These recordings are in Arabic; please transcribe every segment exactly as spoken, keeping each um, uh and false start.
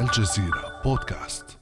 الجزيرة بودكاست.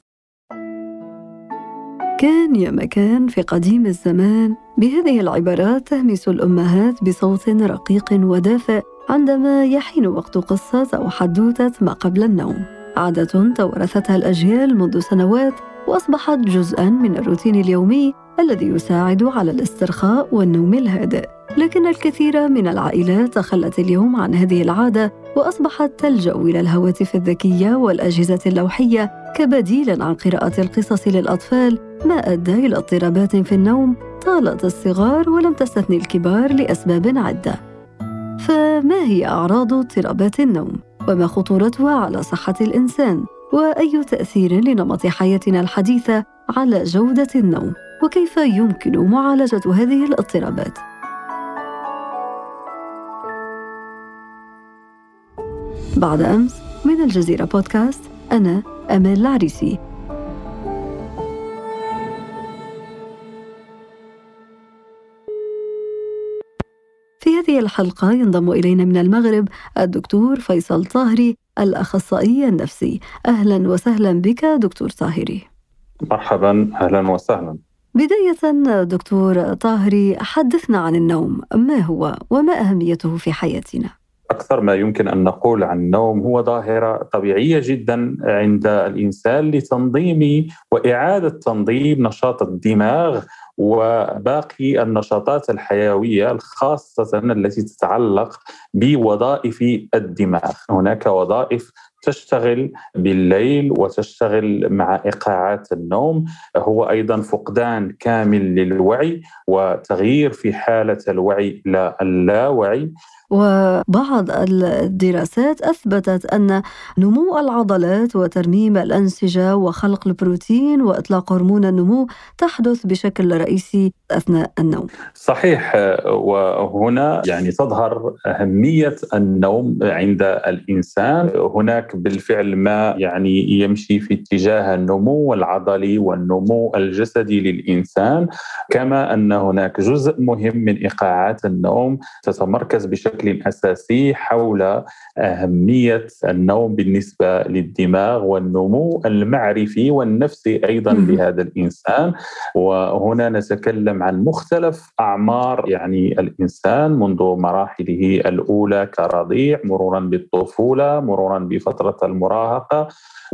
كان يا مكان في قديم الزمان، بهذه العبارات تهمس الأمهات بصوت رقيق ودافئ عندما يحين وقت قصة أو حدوتة ما قبل النوم. عادة تورثتها الأجيال منذ سنوات، وأصبحت جزءاً من الروتين اليومي الذي يساعد على الاسترخاء والنوم الهادئ. لكن الكثير من العائلات تخلت اليوم عن هذه العادة، وأصبحت تلجأ إلى الهواتف الذكية والأجهزة اللوحية كبديل عن قراءة القصص للأطفال، ما أدى إلى اضطرابات في النوم طالت الصغار ولم تستثني الكبار لأسباب عدة. فما هي أعراض اضطرابات النوم؟ وما خطورتها على صحة الإنسان؟ وأي تأثير لنمط حياتنا الحديثة على جودة النوم؟ وكيف يمكن معالجة هذه الاضطرابات؟ بعد أمس من الجزيرة بودكاست، أنا أمال العريسي. في هذه الحلقة ينضم إلينا من المغرب الدكتور فيصل طاهري، الأخصائي النفسي. أهلا وسهلا بك دكتور طاهري. مرحبا، أهلا وسهلا. بداية دكتور طاهري، حدثنا عن النوم، ما هو وما أهميته في حياتنا؟ أكثر ما يمكن أن نقول عن النوم هو ظاهرة طبيعية جدا عند الإنسان لتنظيم وإعادة تنظيم نشاط الدماغ وباقي النشاطات الحيوية الخاصة التي تتعلق بوظائف الدماغ. هناك وظائف تشتغل بالليل وتشتغل مع إيقاعات النوم، هو أيضا فقدان كامل للوعي وتغيير في حالة الوعي إلى اللاوعي. وبعض الدراسات أثبتت أن نمو العضلات وترميم الأنسجة وخلق البروتين وإطلاق هرمون النمو تحدث بشكل رئيسي أثناء النوم. صحيح، وهنا يعني تظهر أهمية النوم عند الإنسان. هناك بالفعل ما يعني يمشي في اتجاه النمو العضلي والنمو الجسدي للإنسان، كما أن هناك جزء مهم من إيقاعات النوم تتمركز بشكل أساسي حول أهمية النوم بالنسبة للدماغ والنمو المعرفي والنفسي أيضا لهذا الإنسان. وهنا نتكلم عن مختلف أعمار يعني الإنسان، منذ مراحله الأولى كرضيع، مرورا بالطفولة، مرورا بفترة المراهقة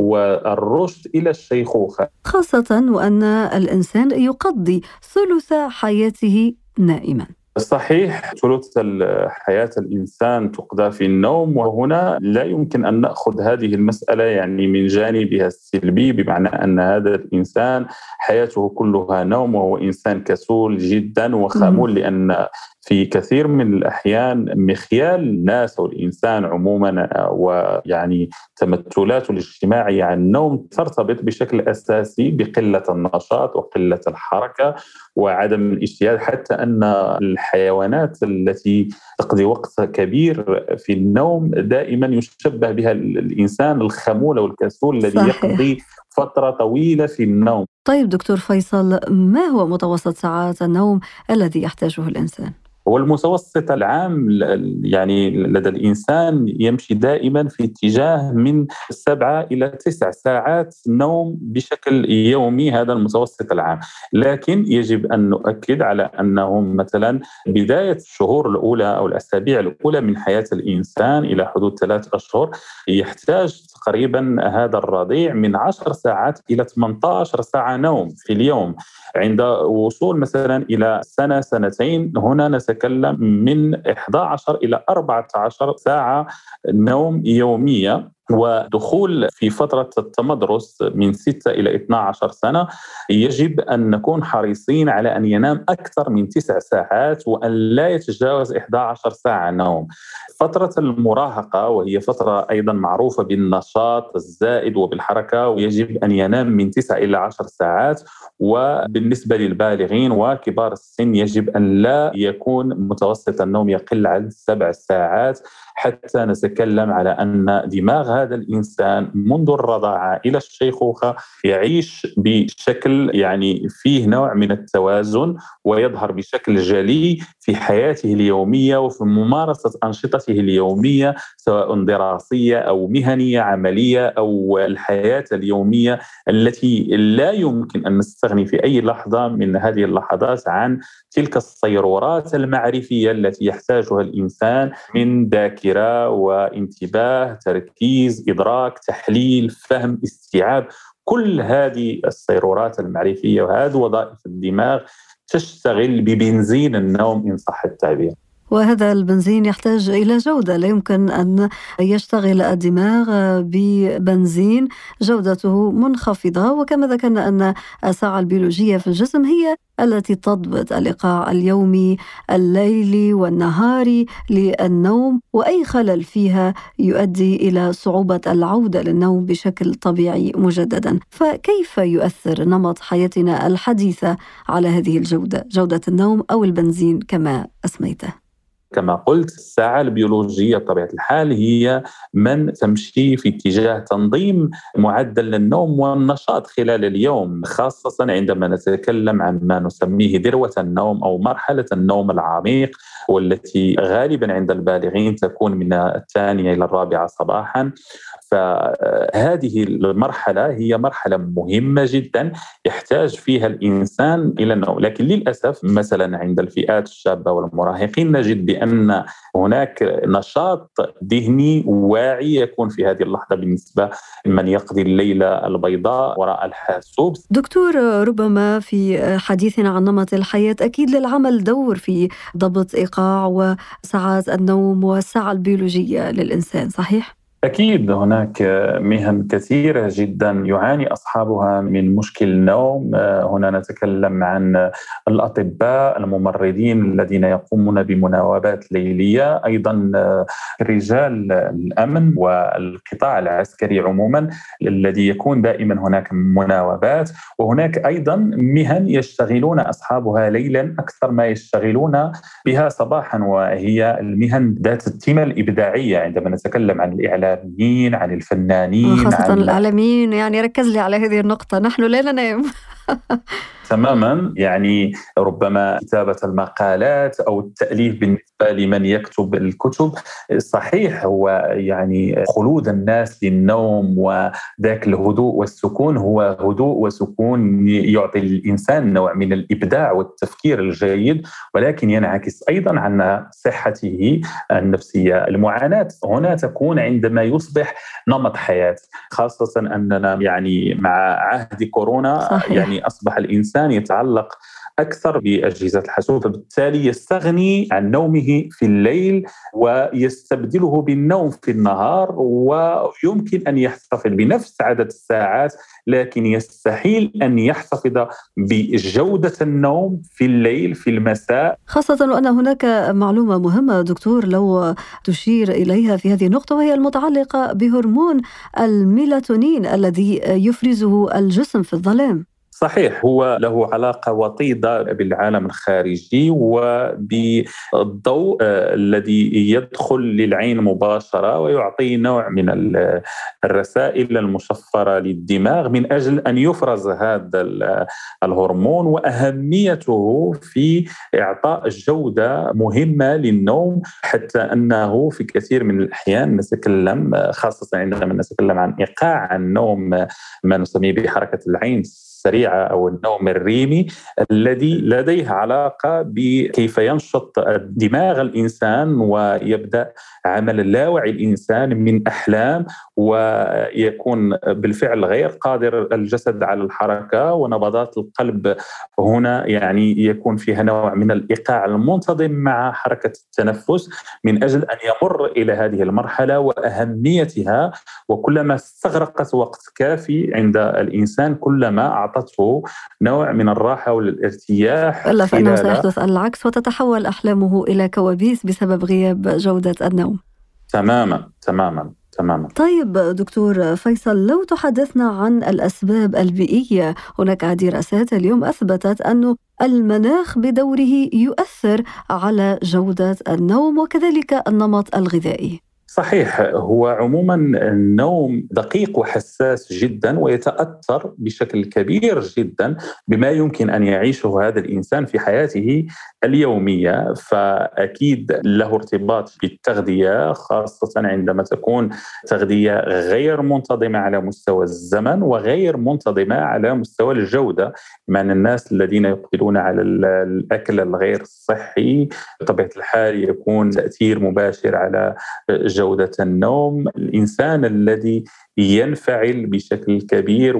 والرشد إلى الشيخوخة، خاصة وأن الإنسان يقضي ثلث حياته نائما. صحيح، ثلث حياة الإنسان تقضى في النوم. وهنا لا يمكن أن نأخذ هذه المسألة يعني من جانبها السلبي، بمعنى أن هذا الإنسان حياته كلها نوم وهو إنسان كسول جدا وخامول، لأن في كثير من الأحيان مخيال الناس والإنسان عموما ويعني تمثلاته الاجتماعية عن النوم ترتبط بشكل أساسي بقلة النشاط وقلة الحركة وعدم الاجتهاد، حتى أن الحيوانات التي تقضي وقت كبير في النوم دائما يشبه بها الإنسان الخمول والكسول الذي يقضي فترة طويلة في النوم. طيب دكتور فيصل، ما هو متوسط ساعات النوم الذي يحتاجه الإنسان؟ والمتوسط العام يعني لدى الإنسان يمشي دائما في اتجاه من سبعة إلى تسع ساعات نوم بشكل يومي، هذا المتوسط العام. لكن يجب أن نؤكد على أنهم مثلا بداية الشهور الأولى أو الأسابيع الأولى من حياة الإنسان إلى حدود ثلاث أشهر يحتاج تقريبا هذا الرضيع من عشر ساعات إلى ثمانية عشر ساعة نوم في اليوم. عند وصول مثلا إلى سنة سنتين هنا نتكلم من إحدى عشرة إلى أربعة عشر ساعة نوم يومية. ودخول في فترة التمدرس من ستة إلى اثنتي عشرة سنة يجب أن نكون حريصين على أن ينام أكثر من تسع ساعات وأن لا يتجاوز إحدى عشرة ساعة نوم. فترة المراهقة وهي فترة أيضا معروفة بالنشاط الزائد وبالحركة، ويجب أن ينام من تسع إلى عشر ساعات. وبالنسبة للبالغين وكبار السن يجب أن لا يكون متوسط النوم يقل عن سبع ساعات. حتى نتكلم على أن دماغ هذا الإنسان منذ الرضاعة إلى الشيخوخة يعيش بشكل يعني فيه نوع من التوازن، ويظهر بشكل جلي في حياته اليومية وفي ممارسة أنشطته اليومية، سواء دراسية أو مهنية عملية أو الحياة اليومية التي لا يمكن أن نستغني في أي لحظة من هذه اللحظات عن تلك الصيرورات المعرفية التي يحتاجها الإنسان من ذاكرة وانتباه، تركيز، إدراك، تحليل، فهم، استيعاب. كل هذه الصيرورات المعرفية وهذه وظائف الدماغ تشتغل ببنزين النوم إن صح التعبير. وهذا البنزين يحتاج إلى جودة، لا يمكن أن يشتغل الدماغ ببنزين جودته منخفضة. وكما ذكرنا أن الساعة البيولوجية في الجسم هي التي تضبط الإيقاع اليومي الليلي والنهاري للنوم، وأي خلل فيها يؤدي إلى صعوبة العودة للنوم بشكل طبيعي مجددا. فكيف يؤثر نمط حياتنا الحديثة على هذه الجودة، جودة النوم أو البنزين كما أسميته؟ كما قلت، الساعة البيولوجية بطبيعة الحال هي من تمشي في اتجاه تنظيم معدل النوم والنشاط خلال اليوم، خاصة عندما نتكلم عن ما نسميه ذروة النوم أو مرحلة النوم العميق، والتي غالبا عند البالغين تكون من الثانية إلى الرابعة صباحا. فهذه المرحلة هي مرحلة مهمة جدا يحتاج فيها الإنسان إلى النوم. لكن للأسف مثلا عند الفئات الشابة والمراهقين نجد بأن هناك نشاط ذهني واعي يكون في هذه اللحظة بالنسبة لمن يقضي الليلة البيضاء وراء الحاسوب. دكتور، ربما في حديثنا عن نمط الحياة أكيد للعمل دور في ضبط إيقاع وساعات النوم والساعة البيولوجية للإنسان، صحيح؟ أكيد هناك مهن كثيرة جدا يعاني أصحابها من مشكل النوم. هنا نتكلم عن الأطباء، الممرضين الذين يقومون بمناوبات ليلية، أيضا رجال الأمن والقطاع العسكري عموما الذي يكون دائما هناك مناوبات. وهناك أيضا مهن يشتغلون أصحابها ليلا أكثر ما يشتغلون بها صباحا، وهي المهن ذات التيمة الإبداعية. عندما نتكلم عن الإعلام عن الفنانين، خاصة عن الإعلاميين، يعني ركز لي على هذه النقطة، نحن لا ننام. تماما، يعني ربما كتابة المقالات أو التأليف بالنسبة لمن يكتب الكتب، صحيح هو يعني خلود الناس للنوم وذاك الهدوء والسكون هو هدوء وسكون يعطي الإنسان نوع من الإبداع والتفكير الجيد، ولكن ينعكس أيضا عن صحته النفسية. المعاناة هنا تكون عندما يصبح نمط حياة، خاصة أننا يعني مع عهد كورونا صحيح. يعني أصبح الإنسان يتعلق أكثر بأجهزة الحاسوب، فبالتالي يستغني عن نومه في الليل ويستبدله بالنوم في النهار، ويمكن أن يحتفظ بنفس عدد الساعات لكن يستحيل أن يحتفظ بجودة النوم في الليل في المساء. خاصة وأن هناك معلومة مهمة دكتور لو تشير إليها في هذه النقطة، وهي المتعلقة بهرمون الميلاتونين الذي يفرزه الجسم في الظلام. صحيح، هو له علاقة وطيدة بالعالم الخارجي وبالضوء الذي يدخل للعين مباشرة ويعطي نوع من الرسائل المشفرة للدماغ من أجل أن يفرز هذا الهرمون. وأهميته في إعطاء جودة مهمة للنوم، حتى أنه في كثير من الأحيان نتكلم، خاصة عندما نتكلم عن إيقاع النوم ما نسميه بحركة العين السريعة أو النوم الريمي، الذي لديه علاقة بكيف ينشط دماغ الإنسان ويبدأ عمل اللاوعي الإنسان من أحلام، ويكون بالفعل غير قادر الجسد على الحركة، ونبضات القلب هنا يعني يكون فيها نوع من الإيقاع المنتظم مع حركة التنفس من أجل أن يمر إلى هذه المرحلة وأهميتها. وكلما استغرقت وقت كافي عند الإنسان كلما أعطته نوع من الراحة والارتياح، إلا فإنه سيحدث العكس وتتحول أحلامه إلى كوابيس بسبب غياب جودة النوم. تماما تماما. تماما. طيب دكتور فيصل، لو تحدثنا عن الأسباب البيئية، هناك دراسات اليوم أثبتت أن المناخ بدوره يؤثر على جودة النوم وكذلك النمط الغذائي. صحيح، هو عموما النوم دقيق وحساس جدا ويتأثر بشكل كبير جدا بما يمكن أن يعيشه هذا الإنسان في حياته اليومية. فأكيد له ارتباط بالتغذية، خاصة عندما تكون تغذية غير منتظمة على مستوى الزمن وغير منتظمة على مستوى الجودة. مع الناس الذين يقبلون على الأكل الغير صحي بطبيعة الحال يكون تأثير مباشر على جودة النوم. الإنسان الذي ينفعل بشكل كبير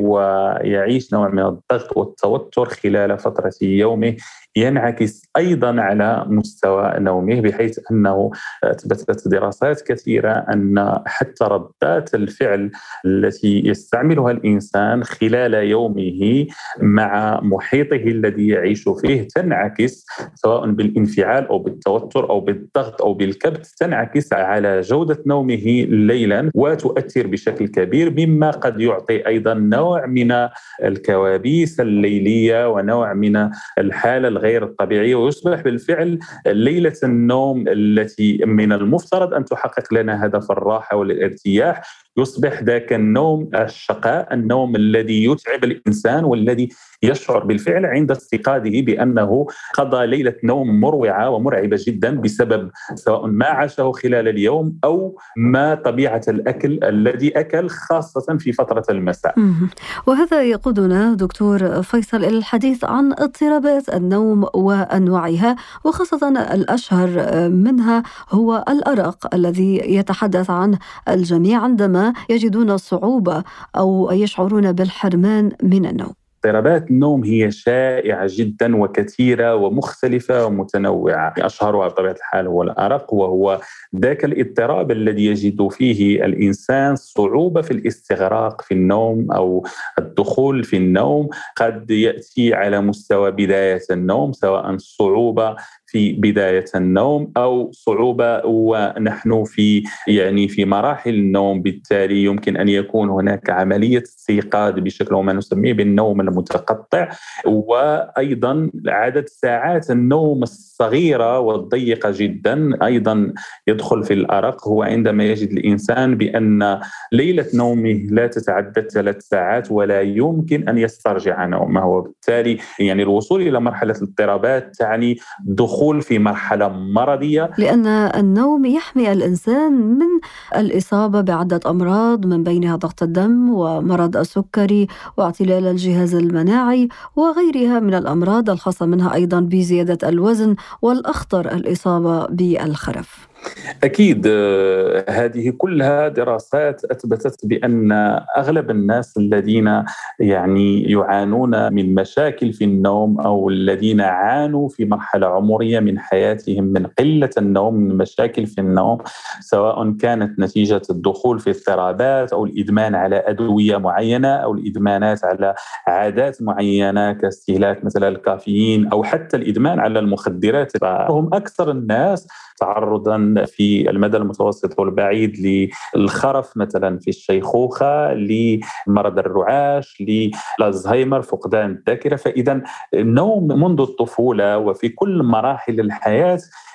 ويعيش نوع من الضغط والتوتر خلال فترة يومه ينعكس أيضا على مستوى نومه، بحيث أنه أثبتت دراسات كثيرة أن حتى ردات الفعل التي يستعملها الإنسان خلال يومه مع محيطه الذي يعيش فيه تنعكس، سواء بالانفعال أو بالتوتر أو بالضغط أو بالكبت، تنعكس على جودة نومه ليلا وتؤثر بشكل كبير، مما قد يعطي أيضا نوع من الكوابيس الليلية ونوع من الحالة غير الطبيعية، ويصبح بالفعل ليلة النوم التي من المفترض أن تحقق لنا هدف الراحة والارتياح يصبح ذاك النوم الشقاء، النوم الذي يتعب الإنسان والذي يشعر بالفعل عند استيقاظه بأنه قضى ليلة نوم مروعة ومرعبة جدا بسبب سواء ما عاشه خلال اليوم أو ما طبيعة الأكل الذي أكل، خاصة في فترة المساء. وهذا يقودنا دكتور فيصل إلى الحديث عن اضطرابات النوم وأنواعها، وخاصة الأشهر منها هو الأرق الذي يتحدث عنه الجميع عندما يجدون صعوبة أو يشعرون بالحرمان من النوم. اضطرابات النوم هي شائعة جدا وكثيرة ومختلفة ومتنوعة. أشهرها بطبيعة الحال هو الأرق، وهو ذاك الاضطراب الذي يجد فيه الإنسان صعوبة في الاستغراق في النوم أو الدخول في النوم. قد يأتي على مستوى بداية النوم، سواء صعوبة في بداية النوم أو صعوبة ونحن في يعني في مراحل النوم، بالتالي يمكن أن يكون هناك عملية استيقاظ بشكل ما نسميه بالنوم المتقطع، وأيضا عدد ساعات النوم الصغيرة والضيقة جدا أيضا يدخل في الأرق. هو عندما يجد الإنسان بأن ليلة نومه لا تتعدى ثلاث ساعات ولا يمكن أن يسترجع نومه، وبالتالي يعني الوصول إلى مرحلة الاضطرابات تعني دخول في مرحلة مرضية، لأن النوم يحمي الإنسان من الإصابة بعدة أمراض من بينها ضغط الدم ومرض السكري واعتلال الجهاز المناعي وغيرها من الأمراض الخاصة منها أيضا بزيادة الوزن والأخطر الإصابة بالخرف. أكيد هذه كلها دراسات أثبتت بأن أغلب الناس الذين يعني يعانون من مشاكل في النوم أو الذين عانوا في مرحلة عمرية من حياتهم من قلة النوم، من مشاكل في النوم، سواء كانت نتيجة الدخول في اضطرابات أو الإدمان على أدوية معينة أو الإدمانات على عادات معينة كاستهلاك مثلا الكافيين أو حتى الإدمان على المخدرات، فهم أكثر الناس تعرضا في المدى المتوسط والبعيد للخرف مثلا في الشيخوخة، لمرض الرعاش، للزهايمر، فقدان الذاكرة. فإذا النوم منذ الطفولة وفي كل مراحل الحياة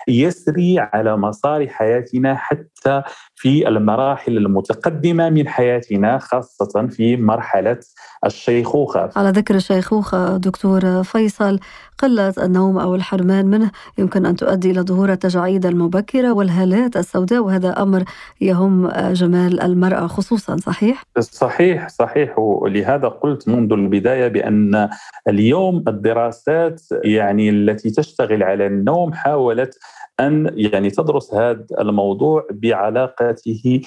يسري على مسار حياتنا حتى في المراحل المتقدمة من حياتنا، خاصة في مرحلة الشيخوخة. على ذكر الشيخوخة دكتور فيصل، قلة النوم أو الحرمان منه يمكن أن تؤدي إلى ظهور التجاعيد المبكرة والهالات السوداء، وهذا أمر يهم جمال المرأة خصوصا، صحيح؟ صحيح صحيح ولهذا قلت منذ البداية بأن اليوم الدراسات يعني التي تشتغل على النوم حاولت أن يعني تدرس هذا الموضوع بعلاقته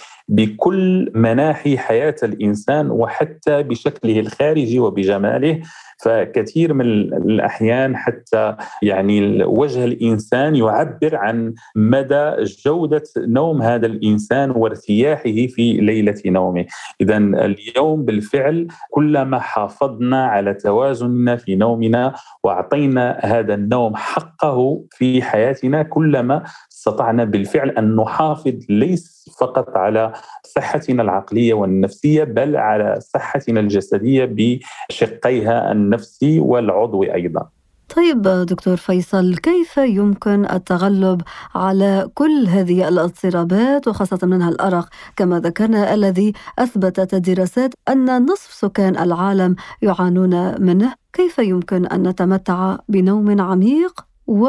بكل مناحي حياة الإنسان وحتى بشكله الخارجي وبجماله. فكثير من الأحيان حتى يعني وجه الإنسان يعبر عن مدى جودة نوم هذا الإنسان وارتياحه في ليلة نومه. إذن اليوم بالفعل كلما حافظنا على توازننا في نومنا وأعطينا هذا النوم حقه في حياتنا، كلما استطعنا بالفعل أن نحافظ ليس فقط على صحتنا العقلية والنفسية، بل على صحتنا الجسدية بشقيها النفسي والعضوي أيضا. طيب دكتور فيصل، كيف يمكن التغلب على كل هذه الاضطرابات وخاصة منها الأرق كما ذكرنا، الذي أثبتت الدراسات أن نصف سكان العالم يعانون منه؟ كيف يمكن أن نتمتع بنوم عميق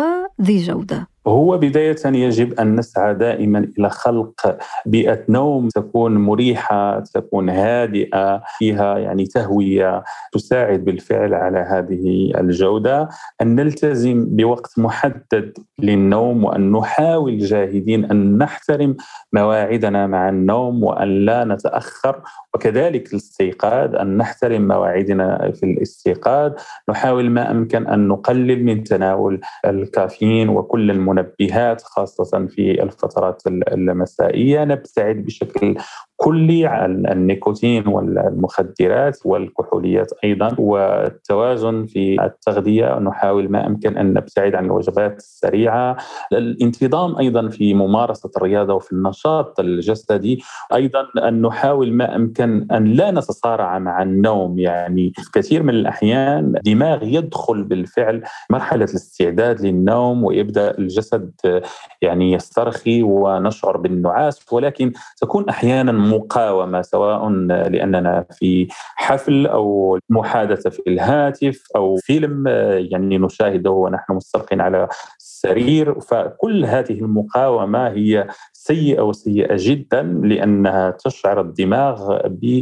وذي جودة؟ هو بداية يجب أن نسعى دائما إلى خلق بيئة نوم تكون مريحة، تكون هادئة، فيها يعني تهوية تساعد بالفعل على هذه الجودة. أن نلتزم بوقت محدد للنوم، وأن نحاول جاهدين أن نحترم مواعيدنا مع النوم وأن لا نتأخر، وكذلك الاستيقاظ أن نحترم مواعيدنا في الاستيقاظ. نحاول ما أمكن أن نقلل من تناول الكافيين وكل المنبهات خاصة في الفترات المسائية. نبتعد بشكل كلي عن النيكوتين والمخدرات والكحوليات أيضا، والتوازن في التغذية. نحاول ما أمكن أن نبتعد عن الوجبات السريعة. الانتظام أيضا في ممارسة الرياضة وفي النشاط الجسدي. أيضا أن نحاول ما أمكن أن لا نتصارع مع النوم، يعني في كثير من الأحيان الدماغ يدخل بالفعل مرحلة الاستعداد للنوم ويبدأ الجسد يعني يسترخي ونشعر بالنعاس، ولكن تكون أحيانا مقاومة، سواء لأننا في حفل أو محادثة في الهاتف أو فيلم يعني نشاهده ونحن مستلقين على السرير. فكل هذه المقاومة هي سيئة وسيئة جدا، لأنها تشعر الدماغ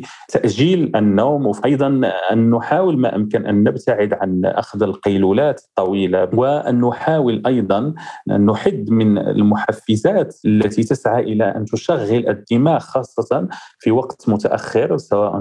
بتأجيل النوم. وأيضا أن نحاول ما أمكن أن نبتعد عن أخذ القيلولات الطويلة، وأن نحاول أيضا أن نحد من المحفزات التي تسعى إلى أن تشغل الدماغ خاصة في وقت متأخر، سواء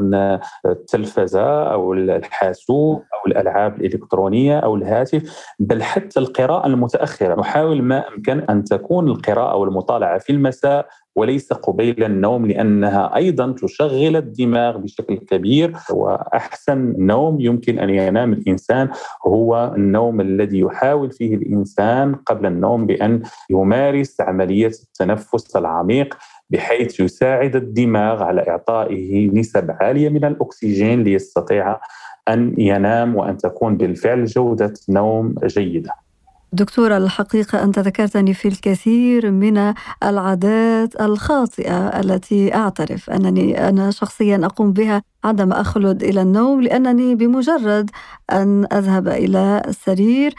التلفزة أو الحاسوب أو الألعاب الإلكترونية أو الهاتف، بل حتى القراءة المتأخرة. نحاول ما أمكن أن تكون القراءة والمطالعة في المساء وليس قبيل النوم، لأنها أيضا تشغل الدماغ بشكل كبير. وأحسن نوم يمكن أن ينام الإنسان هو النوم الذي يحاول فيه الإنسان قبل النوم بأن يمارس عملية التنفس العميق، بحيث يساعد الدماغ على إعطائه نسب عالية من الأكسجين ليستطيع أن ينام وأن تكون بالفعل جودة نوم جيدة. دكتورة، الحقيقة أنت ذكرتني في الكثير من العادات الخاطئة التي أعترف أنني أنا شخصيا أقوم بها عندما أخلد إلى النوم، لأنني بمجرد أن أذهب إلى السرير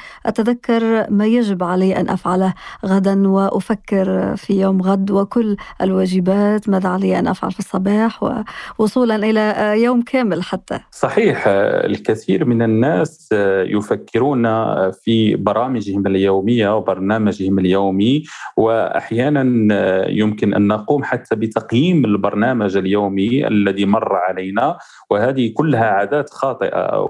أتذكر ما يجب علي أن أفعله غدا، وأفكر في يوم غد وكل الواجبات ماذا علي أن أفعل في الصباح ووصولا إلى يوم كامل. حتى صحيح، الكثير من الناس يفكرون في برامجهم اليومية وبرنامجهم اليومي، وأحيانا يمكن أن نقوم حتى بتقييم البرنامج اليومي الذي مر علينا، وهذه كلها عادات خاطئة.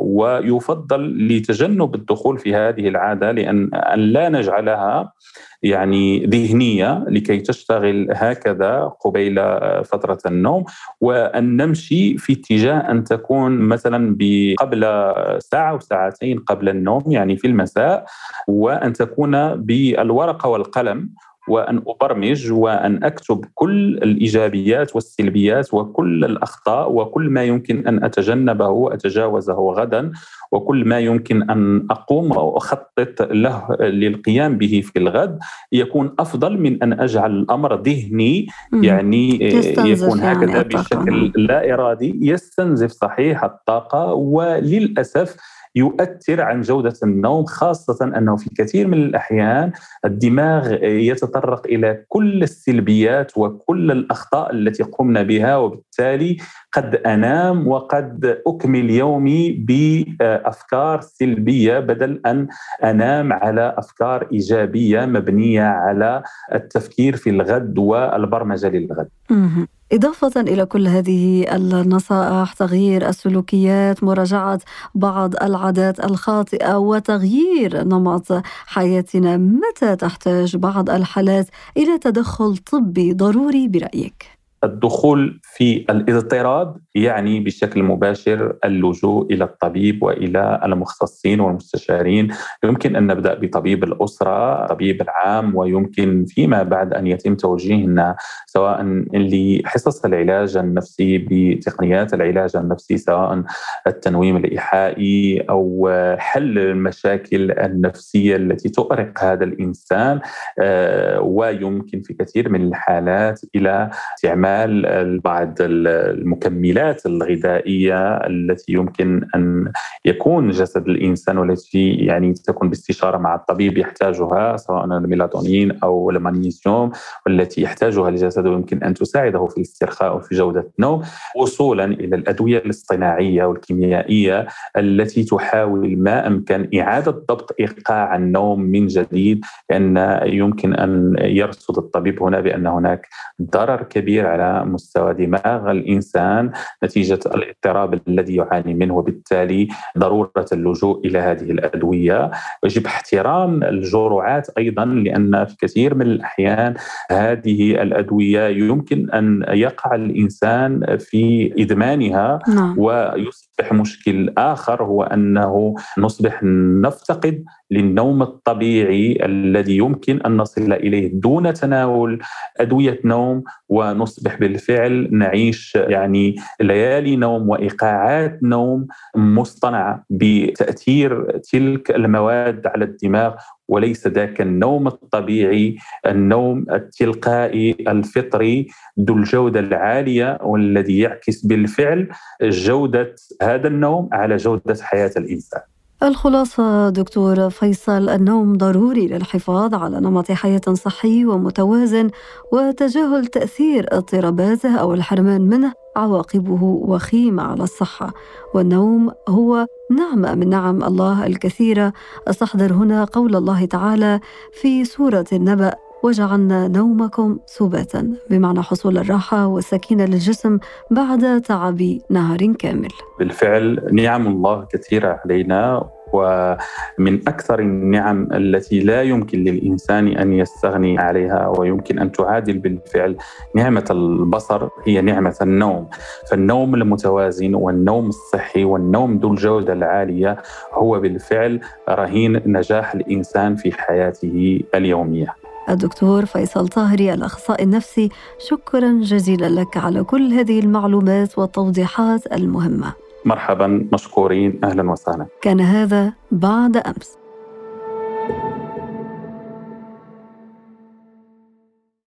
ويفضل لتجنب الدخول في هذه العادة، لأن أن لا نجعلها يعني ذهنية لكي تشتغل هكذا قبيل فترة النوم، وأن نمشي في اتجاه أن تكون مثلا قبل ساعة وساعتين قبل النوم، يعني في المساء، وأن تكون بالورقة والقلم، وأن أبرمج وأن أكتب كل الإيجابيات والسلبيات وكل الأخطاء وكل ما يمكن أن أتجنبه وأتجاوزه غدا، وكل ما يمكن أن أقوم أو أخطط له للقيام به في الغد، يكون أفضل من أن أجعل الأمر ذهني، يعني يكون هكذا يعني بشكل لا إرادي يستنزف صحيح الطاقة، وللأسف يؤثر عن جودة النوم، خاصة أنه في كثير من الأحيان الدماغ يتطرق إلى كل السلبيات وكل الأخطاء التي قمنا بها، وبالتالي قد أنام وقد أكمل يومي بأفكار سلبية بدل أن أنام على أفكار إيجابية مبنية على التفكير في الغد والبرمجة للغد. إضافة إلى كل هذه النصائح، تغيير السلوكيات، مراجعة بعض العادات الخاطئة وتغيير نمط حياتنا، متى تحتاج بعض الحالات إلى تدخل طبي ضروري برأيك؟ الدخول في الاضطراب يعني بشكل مباشر اللجوء إلى الطبيب وإلى المختصين والمستشارين. يمكن أن نبدأ بطبيب الأسرة، طبيب العام، ويمكن فيما بعد أن يتم توجيهنا سواء لحصص العلاج النفسي بتقنيات العلاج النفسي، سواء التنويم الإيحائي أو حل المشاكل النفسية التي تؤرق هذا الإنسان. ويمكن في كثير من الحالات إلى استعمال بعض المكملات الغذائية التي يمكن أن يكون جسد الإنسان والتي يعني تكون باستشارة مع الطبيب يحتاجها، سواء الميلاتونين أو المغنيسيوم، والتي يحتاجها الجسد ويمكن أن تساعده في الاسترخاء وفي جودة النوم، وصولا إلى الأدوية الاصطناعية والكيميائية التي تحاول ما أمكن إعادة ضبط إيقاع النوم من جديد، لأن يمكن أن يرصد الطبيب هنا بأن هناك ضرر كبير على مستوى دماغ الإنسان نتيجة الاضطراب الذي يعاني منه، وبالتالي ضرورة اللجوء إلى هذه الأدوية. ويجب احترام الجرعات أيضا، لأن في كثير من الأحيان هذه الأدوية يمكن أن يقع الإنسان في إدمانها. نعم. ويصبح مشكل آخر هو أنه نصبح نفتقد للنوم الطبيعي الذي يمكن أن نصل إليه دون تناول أدوية نوم، ونصبح بالفعل نعيش يعني ليالي نوم وإيقاعات نوم مصطنعة بتأثير تلك المواد على الدماغ، وليس ذاك النوم الطبيعي، النوم التلقائي الفطري ذو الجودة العالية، والذي يعكس بالفعل جودة هذا النوم على جودة حياة الإنسان. الخلاصة دكتور فيصل، النوم ضروري للحفاظ على نمط حياة صحي ومتوازن وتجاهل تأثير اضطراباته أو الحرمان منه، عواقبه وخيمة على الصحة. والنوم هو نعمة من نعم الله الكثيرة. أستحضر هنا قول الله تعالى في سورة النبأ: وجعلنا نومكم سباتا، بمعنى حصول الراحة والسكينة للجسم بعد تعب نهار كامل. بالفعل نعم الله كثيرة علينا، ومن أكثر النعم التي لا يمكن للإنسان أن يستغني عليها ويمكن أن تعادل بالفعل نعمة البصر هي نعمة النوم. فالنوم المتوازن والنوم الصحي والنوم ذو الجودة العالية هو بالفعل رهين نجاح الإنسان في حياته اليومية. الدكتور فيصل طاهري، الأخصائي النفسي، شكرا جزيلا لك على كل هذه المعلومات والتوضيحات المهمة. مرحبا، مشكورين، أهلا وسهلا. كان هذا بعد أمس.